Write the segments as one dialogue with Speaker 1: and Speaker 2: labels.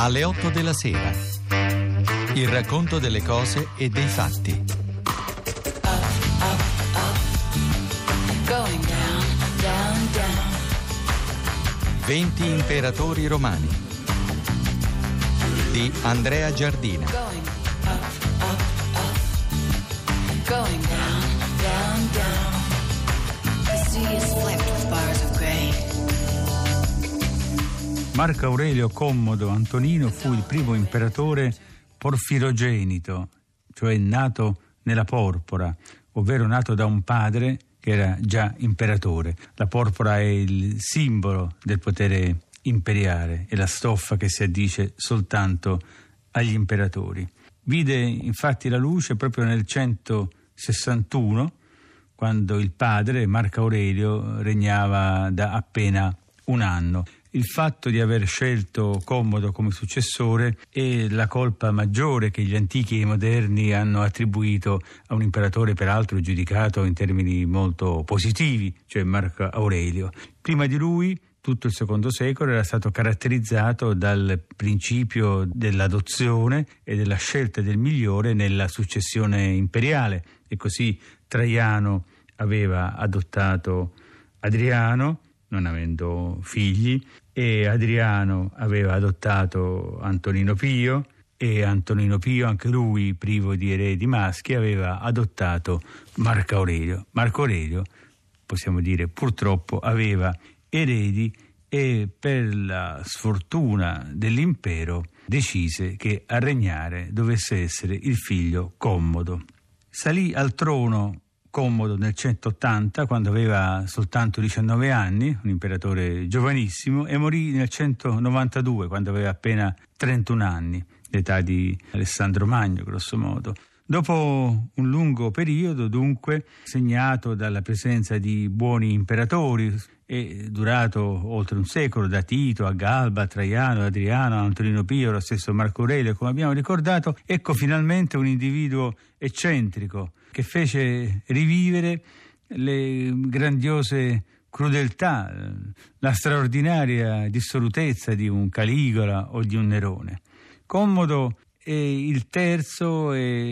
Speaker 1: alle 8 della sera. Il racconto delle cose e dei fatti.
Speaker 2: Going down, down, down.
Speaker 1: 20 imperatori romani di Andrea Giardina.
Speaker 2: Going up, up, up. Going down, down, down. The sea is flecked with bars of gray.
Speaker 3: Marco Aurelio Commodo Antonino fu il primo imperatore porfirogenito, cioè nato nella porpora, ovvero nato da un padre che era già imperatore. La porpora è il simbolo del potere imperiale, è la stoffa che si addice soltanto agli imperatori. Vide infatti la luce proprio nel 161, quando il padre, Marco Aurelio, regnava da appena un anno. Il fatto di aver scelto Commodo come successore è la colpa maggiore che gli antichi e i moderni hanno attribuito a un imperatore peraltro giudicato in termini molto positivi, cioè Marco Aurelio. Prima di lui, tutto il secondo secolo era stato caratterizzato dal principio dell'adozione e della scelta del migliore nella successione imperiale, e così Traiano aveva adottato Adriano, non avendo figli, e Adriano aveva adottato Antonino Pio, e Antonino Pio, anche lui privo di eredi maschi, aveva adottato Marco Aurelio. Marco Aurelio, possiamo dire, purtroppo aveva eredi e per la sfortuna dell'impero decise che a regnare dovesse essere il figlio Commodo. Salì al trono Commodo nel 180, quando aveva soltanto 19 anni, un imperatore giovanissimo, e morì nel 192, quando aveva appena 31 anni, l'età di Alessandro Magno, grosso modo. Dopo un lungo periodo, dunque, segnato dalla presenza di buoni imperatori e durato oltre un secolo, da Tito a Galba, a Traiano, a Adriano, a Antonino Pio, lo stesso Marco Aurelio, come abbiamo ricordato, ecco finalmente un individuo eccentrico che fece rivivere le grandiose crudeltà, la straordinaria dissolutezza di un Caligola o di un Nerone. Commodo è il terzo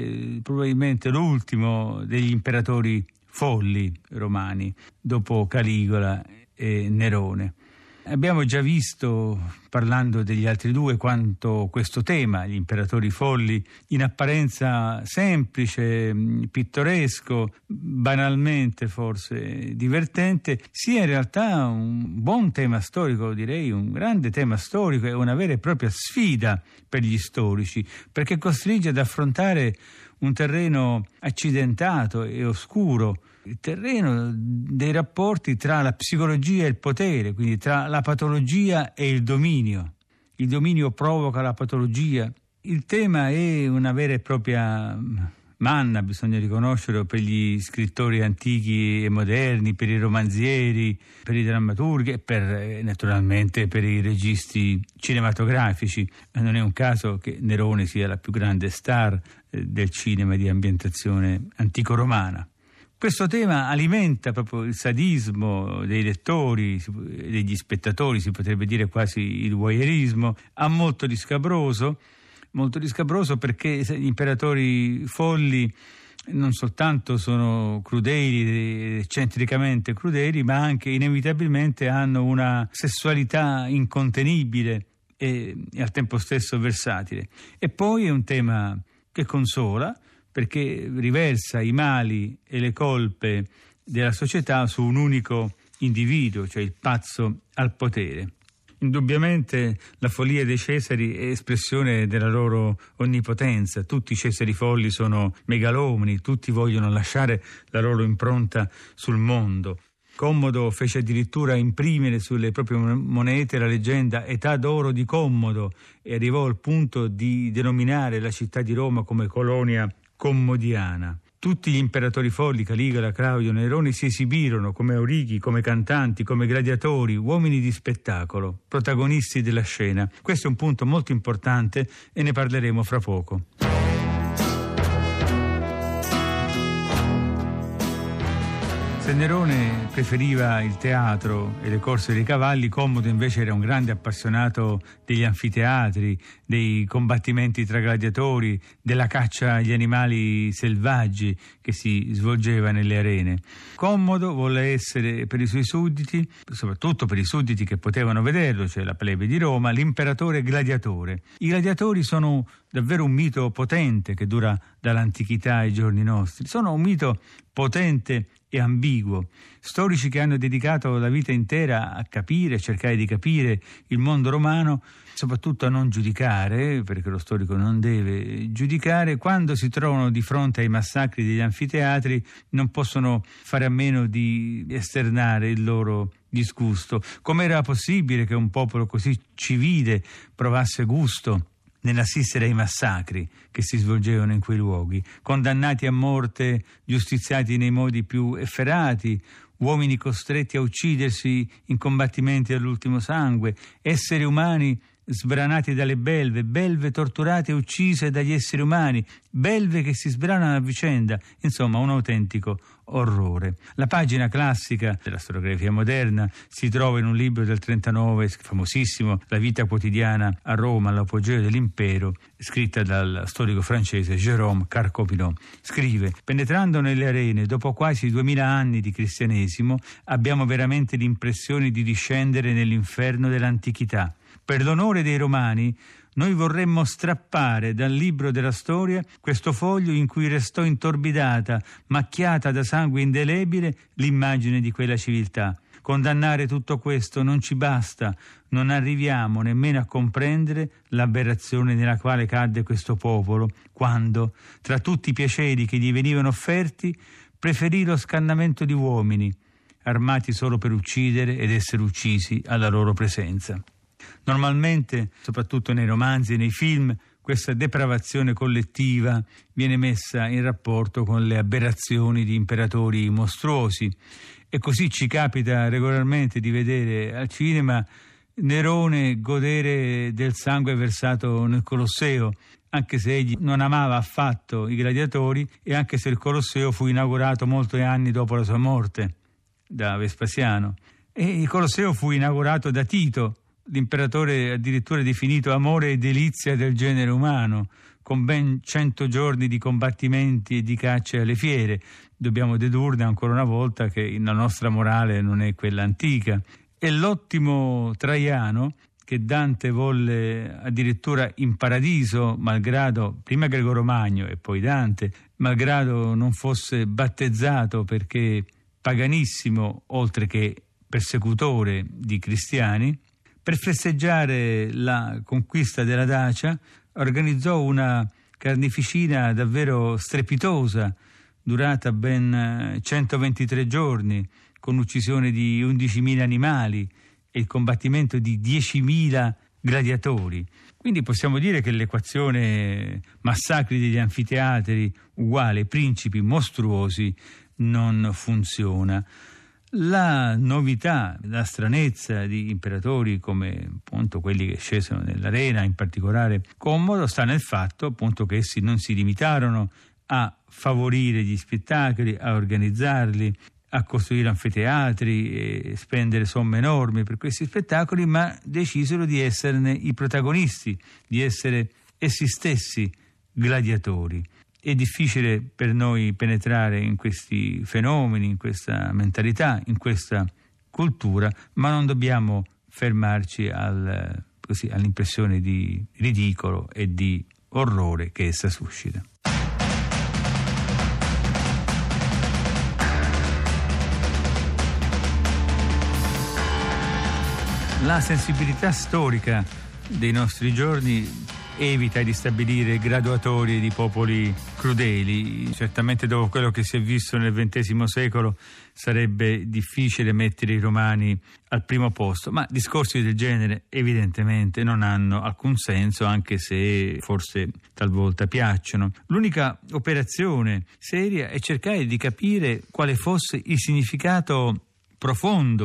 Speaker 3: e probabilmente l'ultimo degli imperatori folli romani, dopo Caligola e Nerone. Abbiamo già visto, parlando degli altri due, quanto questo tema, gli imperatori folli, in apparenza semplice, pittoresco, banalmente forse divertente, sia in realtà un buon tema storico, direi un grande tema storico e una vera e propria sfida per gli storici, perché costringe ad affrontare un terreno accidentato e oscuro, il terreno dei rapporti tra la psicologia e il potere, quindi tra la patologia e il dominio. Il dominio provoca la patologia. Il tema è una vera e propria manna, bisogna riconoscerlo, per gli scrittori antichi e moderni, per i romanzieri, per i drammaturghi e naturalmente per i registi cinematografici. Non è un caso che Nerone sia la più grande star del cinema di ambientazione antico-romana. Questo tema alimenta proprio il sadismo dei lettori, degli spettatori, si potrebbe dire quasi il voyeurismo, ha molto di scabroso perché gli imperatori folli non soltanto sono crudeli, eccentricamente crudeli, ma anche inevitabilmente hanno una sessualità incontenibile e al tempo stesso versatile. E poi è un tema che consola, perché riversa i mali e le colpe della società su un unico individuo, cioè il pazzo al potere. Indubbiamente la follia dei Cesari è espressione della loro onnipotenza. Tutti i Cesari folli sono megalomani, tutti vogliono lasciare la loro impronta sul mondo. Commodo fece addirittura imprimere sulle proprie monete la leggenda Età d'oro di Commodo e arrivò al punto di denominare la città di Roma come colonia commodiana. Tutti gli imperatori folli, Caligola, Claudio, Nerone, si esibirono come aurighi, come cantanti, come gladiatori, uomini di spettacolo, protagonisti della scena. Questo è un punto molto importante e ne parleremo fra poco. Se Nerone preferiva il teatro e le corse dei cavalli, Commodo invece era un grande appassionato degli anfiteatri, dei combattimenti tra gladiatori, della caccia agli animali selvaggi che si svolgeva nelle arene. Commodo volle essere per i suoi sudditi, soprattutto per i sudditi che potevano vederlo, cioè la plebe di Roma, l'imperatore gladiatore. I gladiatori sono davvero un mito potente che dura dall'antichità ai giorni nostri. Sono un mito potente e ambiguo. Storici che hanno dedicato la vita intera a capire, a cercare di capire il mondo romano, soprattutto a non giudicare, perché lo storico non deve giudicare, quando si trovano di fronte ai massacri degli anfiteatri non possono fare a meno di esternare il loro disgusto. Com'era possibile che un popolo così civile provasse gusto nell'assistere ai massacri che si svolgevano in quei luoghi, condannati a morte, giustiziati nei modi più efferati, uomini costretti a uccidersi in combattimenti all'ultimo sangue, esseri umani sbranati dalle belve torturate e uccise dagli esseri umani, belve che si sbranano a vicenda, insomma un autentico orrore. La pagina classica della storiografia moderna si trova in un libro del 39, famosissimo, La vita quotidiana a Roma, all'apogeo dell'impero, scritta dal storico francese Jérôme Carcopinot. Scrive: penetrando nelle arene dopo quasi 2000 anni di cristianesimo abbiamo veramente l'impressione di discendere nell'inferno dell'antichità. Per l'onore dei romani, noi vorremmo strappare dal libro della storia questo foglio in cui restò intorbidata, macchiata da sangue indelebile, l'immagine di quella civiltà. Condannare tutto questo non ci basta, non arriviamo nemmeno a comprendere l'aberrazione nella quale cadde questo popolo, quando, tra tutti i piaceri che gli venivano offerti, preferì lo scannamento di uomini, armati solo per uccidere ed essere uccisi alla loro presenza. Normalmente, soprattutto nei romanzi e nei film, questa depravazione collettiva viene messa in rapporto con le aberrazioni di imperatori mostruosi, e così ci capita regolarmente di vedere al cinema Nerone godere del sangue versato nel Colosseo, anche se egli non amava affatto i gladiatori e anche se il Colosseo fu inaugurato molti anni dopo la sua morte da Vespasiano. E il Colosseo fu inaugurato da Tito, l'imperatore addirittura definito amore e delizia del genere umano, con ben 100 giorni di combattimenti e di cacce alle fiere. Dobbiamo dedurne ancora una volta che la nostra morale non è quella antica. E l'ottimo Traiano, che Dante volle addirittura in paradiso, malgrado prima Gregorio Magno e poi Dante, malgrado non fosse battezzato perché paganissimo oltre che persecutore di cristiani, per festeggiare la conquista della Dacia organizzò una carneficina davvero strepitosa, durata ben 123 giorni, con uccisione di 11.000 animali e il combattimento di 10.000 gladiatori. Quindi possiamo dire che l'equazione massacri degli anfiteatri uguale principi mostruosi non funziona. La novità, la stranezza di imperatori come appunto quelli che scesero nell'arena, in particolare Commodo, sta nel fatto appunto che essi non si limitarono a favorire gli spettacoli, a organizzarli, a costruire anfiteatri e spendere somme enormi per questi spettacoli, ma decisero di esserne i protagonisti, di essere essi stessi gladiatori. È difficile per noi penetrare in questi fenomeni, in questa mentalità, in questa cultura, ma non dobbiamo fermarci all'impressione di ridicolo e di orrore che essa suscita. La sensibilità storica dei nostri giorni evita di stabilire graduatorie di popoli crudeli. Certamente dopo quello che si è visto nel XX secolo sarebbe difficile mettere i romani al primo posto, ma discorsi del genere evidentemente non hanno alcun senso, anche se forse talvolta piacciono. L'unica operazione seria è cercare di capire quale fosse il significato profondo,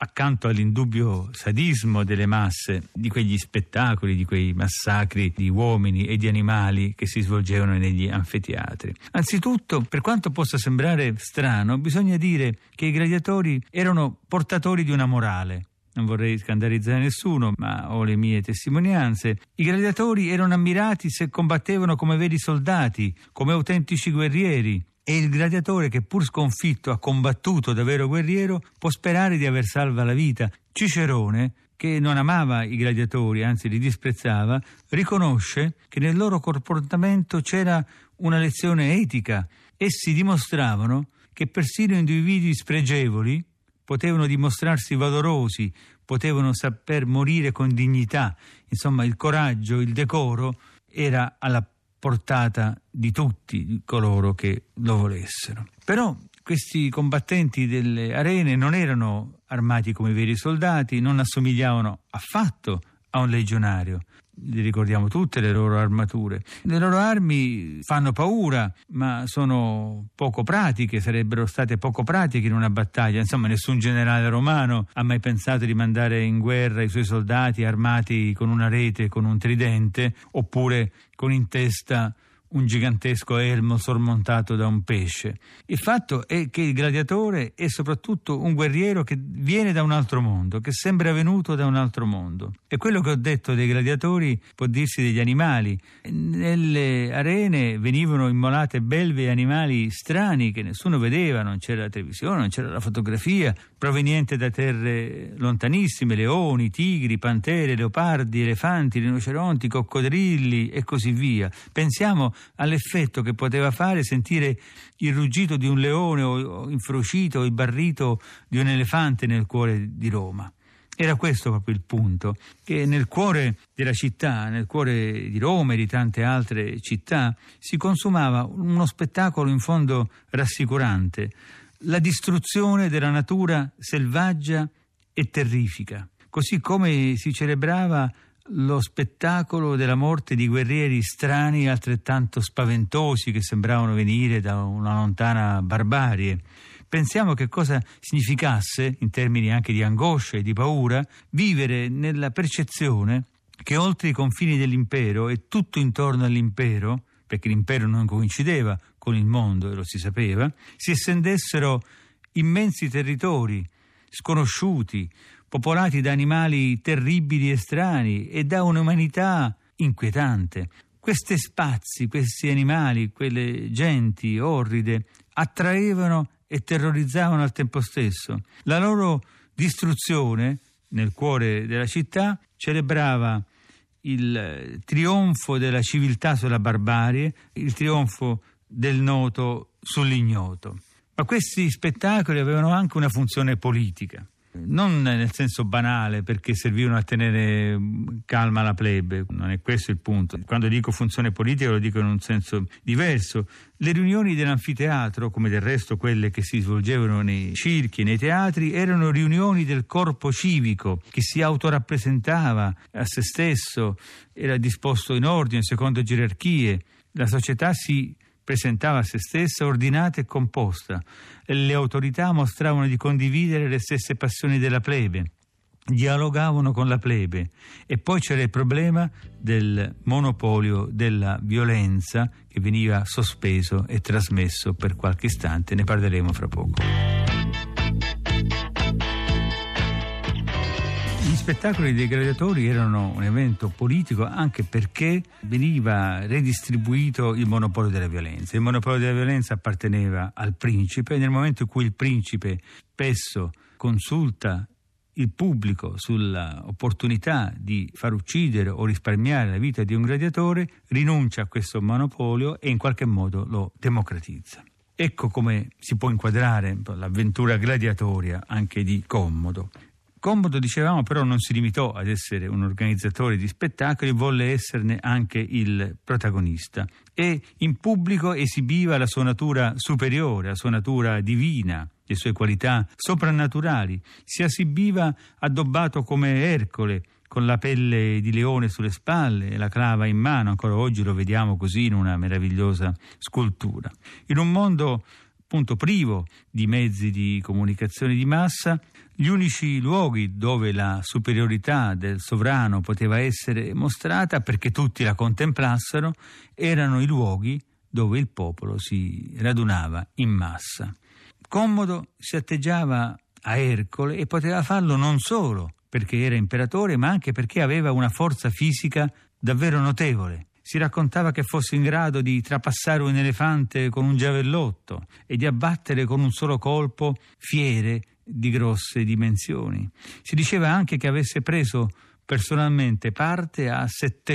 Speaker 3: accanto all'indubbio sadismo delle masse, di quegli spettacoli, di quei massacri di uomini e di animali che si svolgevano negli anfiteatri. Anzitutto, per quanto possa sembrare strano, bisogna dire che i gladiatori erano portatori di una morale. Non vorrei scandalizzare nessuno, ma ho le mie testimonianze. I gladiatori erano ammirati se combattevano come veri soldati, come autentici guerrieri. E il gladiatore che pur sconfitto ha combattuto da vero guerriero può sperare di aver salva la vita. Cicerone, che non amava i gladiatori, anzi li disprezzava, riconosce che nel loro comportamento c'era una lezione etica. Essi dimostravano che persino individui spregevoli potevano dimostrarsi valorosi, potevano saper morire con dignità. Insomma, il coraggio, il decoro era alla portata di tutti coloro che lo volessero. Però questi combattenti delle arene non erano armati come veri soldati, non assomigliavano affatto a un legionario. Li ricordiamo tutte le loro armature. Le loro armi fanno paura, ma sono poco pratiche, sarebbero state poco pratiche in una battaglia. Insomma, nessun generale romano ha mai pensato di mandare in guerra i suoi soldati armati con una rete, con un tridente, oppure con in testa un gigantesco elmo sormontato da un pesce. Il fatto è che il gladiatore è soprattutto un guerriero che viene da un altro mondo, che sembra venuto da un altro mondo. E quello che ho detto dei gladiatori può dirsi degli animali. Nelle arene venivano immolate belve e animali strani che nessuno vedeva, non c'era la televisione, non c'era la fotografia, proveniente da terre lontanissime, leoni, tigri, pantere, leopardi, elefanti, rinoceronti, coccodrilli e così via. Pensiamo all'effetto che poteva fare sentire il ruggito di un leone o infruscito o il barrito di un elefante nel cuore di Roma. Era questo proprio il punto, che nel cuore della città, nel cuore di Roma e di tante altre città, si consumava uno spettacolo in fondo rassicurante, la distruzione della natura selvaggia e terrifica, così come si celebrava lo spettacolo della morte di guerrieri strani altrettanto spaventosi che sembravano venire da una lontana barbarie. Pensiamo che cosa significasse, in termini anche di angoscia e di paura, vivere nella percezione che oltre i confini dell'impero e tutto intorno all'impero, perché l'impero non coincideva con il mondo e lo si sapeva, si estendessero immensi territori sconosciuti, popolati da animali terribili e strani e da un'umanità inquietante. Questi spazi, questi animali, quelle genti orride attraevano e terrorizzavano al tempo stesso. La loro distruzione nel cuore della città celebrava il trionfo della civiltà sulla barbarie, il trionfo del noto sull'ignoto. Ma questi spettacoli avevano anche una funzione politica. Non nel senso banale, perché servivano a tenere calma la plebe, non è questo il punto. Quando dico funzione politica lo dico in un senso diverso. Le riunioni dell'anfiteatro, come del resto quelle che si svolgevano nei circhi e nei teatri, erano riunioni del corpo civico che si autorappresentava a se stesso, era disposto in ordine, secondo gerarchie. La società si presentava a se stessa ordinata e composta. Le autorità mostravano di condividere le stesse passioni della plebe, dialogavano con la plebe. E poi c'era il problema del monopolio della violenza che veniva sospeso e trasmesso per qualche istante. Ne parleremo fra poco. Gli spettacoli dei gladiatori erano un evento politico anche perché veniva redistribuito il monopolio della violenza. Il monopolio della violenza apparteneva al principe e nel momento in cui il principe spesso consulta il pubblico sull'opportunità di far uccidere o risparmiare la vita di un gladiatore, rinuncia a questo monopolio e in qualche modo lo democratizza. Ecco come si può inquadrare l'avventura gladiatoria anche di Commodo. Commodo, dicevamo, però non si limitò ad essere un organizzatore di spettacoli, volle esserne anche il protagonista e in pubblico esibiva la sua natura superiore, la sua natura divina, le sue qualità soprannaturali. Si esibiva addobbato come Ercole, con la pelle di leone sulle spalle e la clava in mano. Ancora oggi lo vediamo così in una meravigliosa scultura. In un mondo appunto privo di mezzi di comunicazione di massa. Gli unici luoghi dove la superiorità del sovrano poteva essere mostrata perché tutti la contemplassero erano i luoghi dove il popolo si radunava in massa. Commodo si atteggiava a Ercole e poteva farlo non solo perché era imperatore, ma anche perché aveva una forza fisica davvero notevole. Si raccontava che fosse in grado di trapassare un elefante con un giavellotto e di abbattere con un solo colpo fiere di grosse dimensioni. Si diceva anche che avesse preso personalmente parte a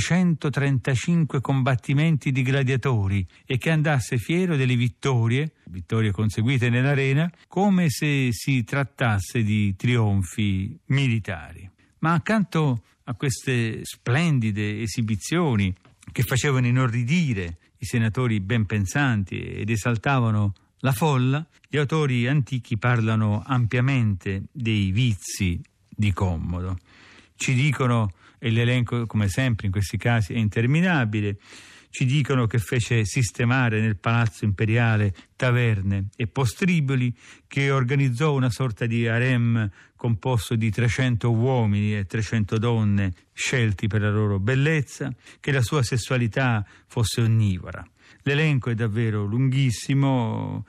Speaker 3: 735 combattimenti di gladiatori e che andasse fiero delle vittorie conseguite nell'arena, come se si trattasse di trionfi militari. Ma accanto a queste splendide esibizioni che facevano inorridire i senatori ben pensanti ed esaltavano la folla, gli autori antichi parlano ampiamente dei vizi di Commodo. Ci dicono, e l'elenco come sempre in questi casi è interminabile, ci dicono che fece sistemare nel palazzo imperiale taverne e postriboli, che organizzò una sorta di harem composto di 300 uomini e 300 donne scelti per la loro bellezza, che la sua sessualità fosse onnivora. L'elenco è davvero lunghissimo,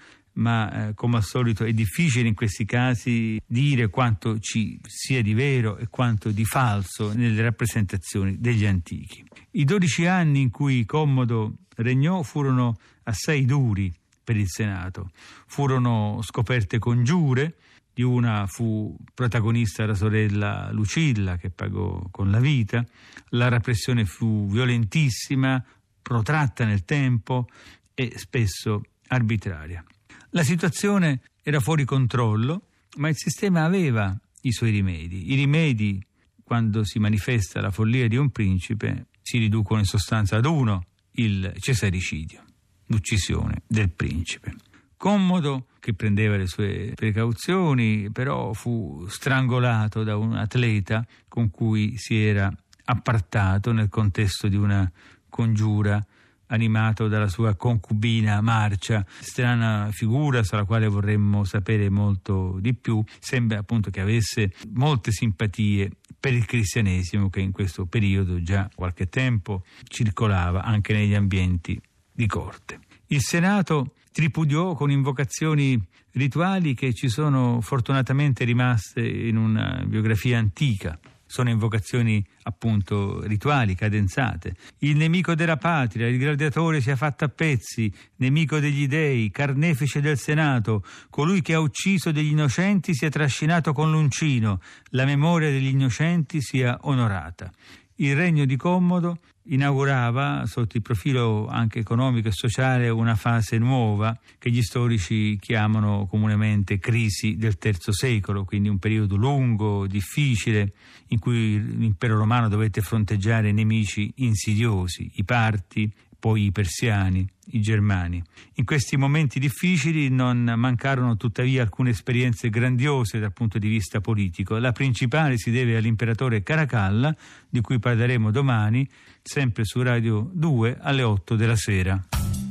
Speaker 3: ma come al solito è difficile in questi casi dire quanto ci sia di vero e quanto di falso nelle rappresentazioni degli antichi. I 12 anni in cui Commodo regnò furono assai duri per il Senato. Furono scoperte congiure, di una fu protagonista la sorella Lucilla, che pagò con la vita. La repressione fu violentissima, protratta nel tempo e spesso arbitraria. La situazione era fuori controllo, ma il sistema aveva i suoi rimedi. I rimedi, quando si manifesta la follia di un principe, si riducono in sostanza ad uno: il cesaricidio, l'uccisione del principe. Commodo, che prendeva le sue precauzioni, però fu strangolato da un atleta con cui si era appartato nel contesto di una congiura, animato dalla sua concubina Marcia. Strana figura sulla quale vorremmo sapere molto di più. Sembra appunto che avesse molte simpatie per il cristianesimo, che in questo periodo già qualche tempo circolava anche negli ambienti di corte. Il Senato tripudiò con invocazioni rituali che ci sono fortunatamente rimaste in una biografia antica. Sono invocazioni appunto rituali, cadenzate. Il nemico della patria, il gladiatore sia fatto a pezzi, nemico degli dei, carnefice del Senato, colui che ha ucciso degli innocenti sia trascinato con l'uncino, la memoria degli innocenti sia onorata. Il regno di Commodo inaugurava, sotto il profilo anche economico e sociale, una fase nuova che gli storici chiamano comunemente crisi del III secolo, quindi un periodo lungo, difficile, in cui l'impero romano dovette fronteggiare nemici insidiosi, i Parti, poi i Persiani, i Germani. In questi momenti difficili non mancarono tuttavia alcune esperienze grandiose dal punto di vista politico. La principale si deve all'imperatore Caracalla, di cui parleremo domani, sempre su Radio 2 alle 8 della sera.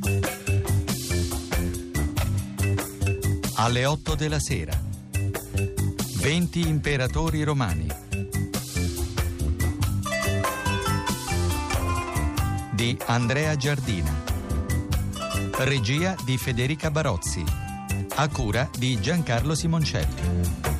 Speaker 1: Alle 8 della sera. 20 imperatori romani. Di Andrea Giardina. Regia di Federica Barozzi. A cura di Giancarlo Simoncelli.